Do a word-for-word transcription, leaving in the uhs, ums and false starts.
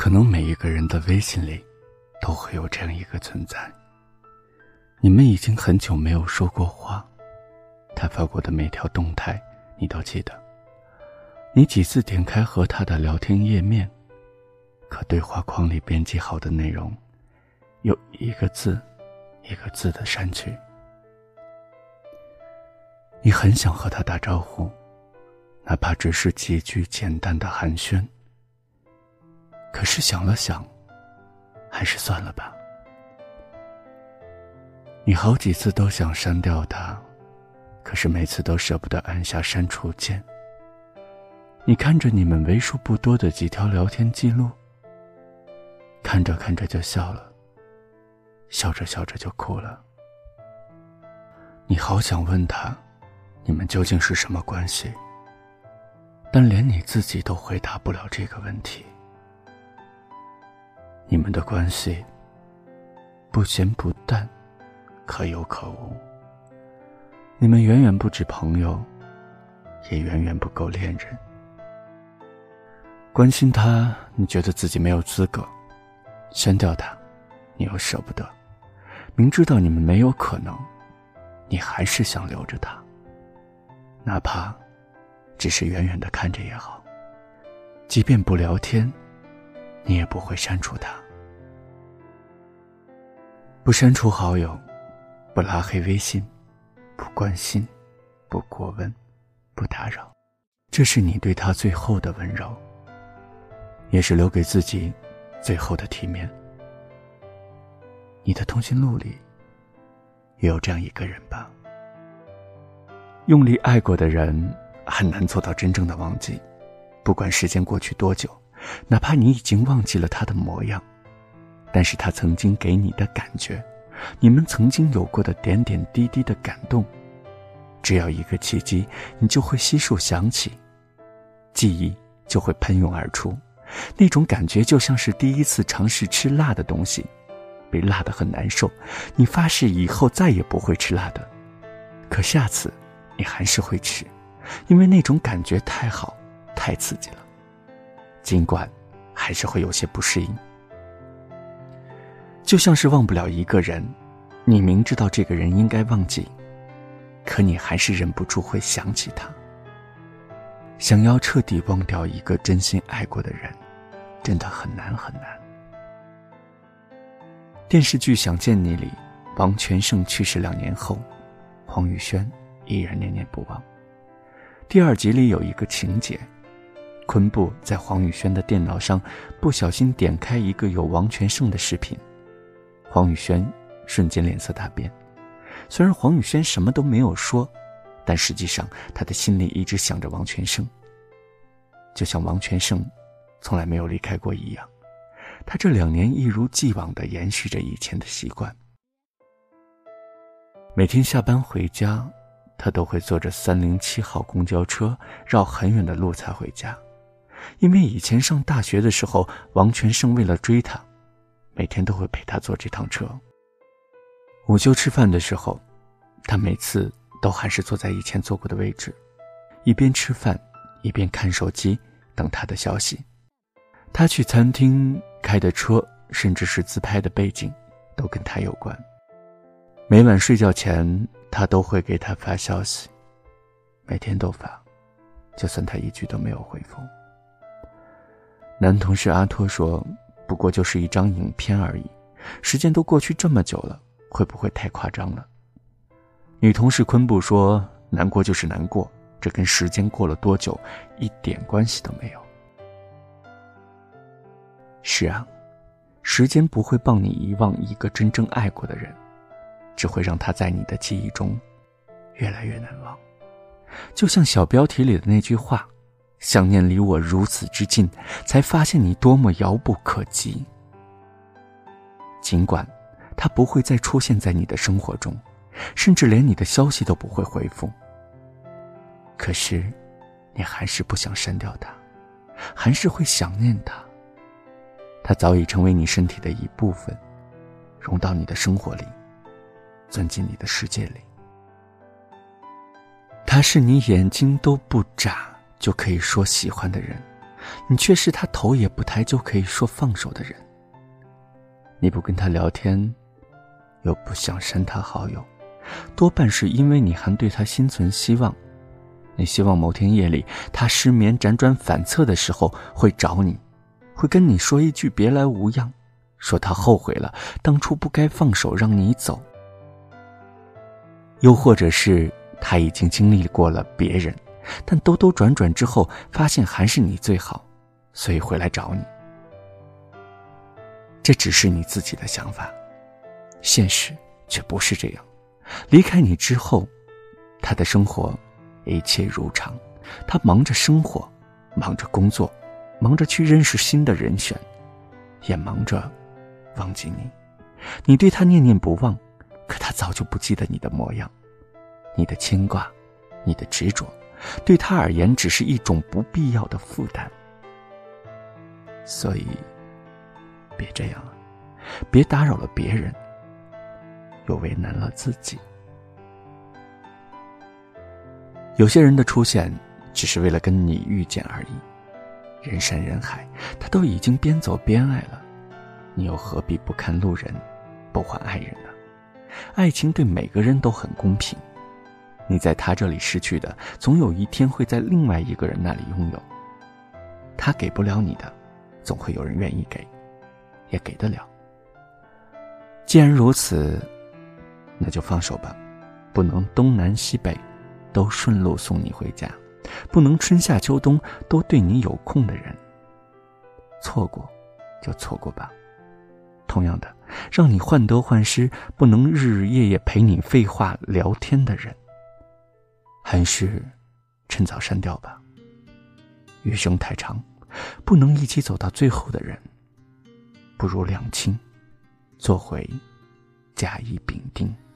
可能每一个人的微信里都会有这样一个存在，你们已经很久没有说过话，他发过的每条动态你都记得，你几次点开和他的聊天页面，可对话框里编辑好的内容有一个字一个字的删去。你很想和他打招呼，哪怕只是几句简单的寒暄，可是想了想，还是算了吧。你好几次都想删掉他，可是每次都舍不得按下删除键。你看着你们为数不多的几条聊天记录，看着看着就笑了，笑着笑着就哭了。你好想问他，你们究竟是什么关系？但连你自己都回答不了这个问题。你们的关系不咸不淡，可有可无。你们远远不止朋友，也远远不够恋人。关心他，你觉得自己没有资格；删掉他，你又舍不得。明知道你们没有可能，你还是想留着他，哪怕只是远远地看着也好。即便不聊天，你也不会删除他。不删除好友，不拉黑微信，不关心，不过问，不打扰，这是你对他最后的温柔，也是留给自己最后的体面。你的通讯录里也有这样一个人吧。用力爱过的人很难做到真正的忘记，不管时间过去多久，哪怕你已经忘记了他的模样，但是他曾经给你的感觉，你们曾经有过的点点滴滴的感动，只要一个契机，你就会悉数想起，记忆就会喷涌而出。那种感觉就像是第一次尝试吃辣的东西，被辣得很难受，你发誓以后再也不会吃辣的，可下次你还是会吃，因为那种感觉太好，太刺激了，尽管还是会有些不适应。就像是忘不了一个人，你明知道这个人应该忘记，可你还是忍不住会想起他。想要彻底忘掉一个真心爱过的人，真的很难很难。电视剧《想见你》里，王全胜去世两年后，黄宇轩依然念念不忘。第二集里有一个情节，昆布在黄宇轩的电脑上不小心点开一个有王全胜的视频，黄宇轩瞬间脸色大变。虽然黄宇轩什么都没有说，但实际上他的心里一直想着王全胜，就像王全胜从来没有离开过一样。他这两年一如既往地延续着以前的习惯，每天下班回家，他都会坐着三零七号公交车绕很远的路才回家。因为以前上大学的时候，王全胜为了追他，每天都会陪他坐这趟车。午休吃饭的时候，他每次都还是坐在以前坐过的位置，一边吃饭一边看手机等他的消息。他去餐厅开的车，甚至是自拍的背景，都跟他有关。每晚睡觉前，他都会给他发消息，每天都发，就算他一句都没有回复。男同事阿托说，不过就是一张影片而已，时间都过去这么久了，会不会太夸张了？女同事昆布说，难过就是难过，这跟时间过了多久一点关系都没有。是啊，时间不会帮你遗忘一个真正爱过的人，只会让他在你的记忆中越来越难忘。就像小标题里的那句话，想念离我如此之近，才发现你多么遥不可及。尽管他不会再出现在你的生活中，甚至连你的消息都不会回复，可是你还是不想删掉他，还是会想念他。他早已成为你身体的一部分，融到你的生活里，钻进你的世界里。他是你眼睛都不眨就可以说喜欢的人， 你却是他头也不抬就可以说放手的人。你不跟他聊天，又不想删他好友，多半是因为你还对他心存希望。你希望某天夜里他失眠辗转反侧的时候会找你，会跟你说一句别来无恙，说他后悔了，当初不该放手让你走。又或者是他已经经历过了别人，但兜兜转转之后发现还是你最好，所以回来找你。这只是你自己的想法，现实却不是这样。离开你之后，他的生活一切如常，他忙着生活，忙着工作，忙着去认识新的人选，也忙着忘记你。你对他念念不忘，可他早就不记得你的模样。你的牵挂，你的执着，对他而言只是一种不必要的负担。所以别这样了，别打扰了别人，又为难了自己。有些人的出现只是为了跟你遇见而已，人山人海，他都已经边走边爱了，你又何必不看路人，不还爱人呢？爱情对每个人都很公平，你在他这里失去的，总有一天会在另外一个人那里拥有。他给不了你的，总会有人愿意给，也给得了。既然如此，那就放手吧。不能东南西北都顺路送你回家，不能春夏秋冬都对你有空的人，错过就错过吧。同样的，让你患得患失，不能日日夜夜陪你废话聊天的人，还是趁早删掉吧。余生太长，不能一起走到最后的人，不如两清，做回甲乙丙丁。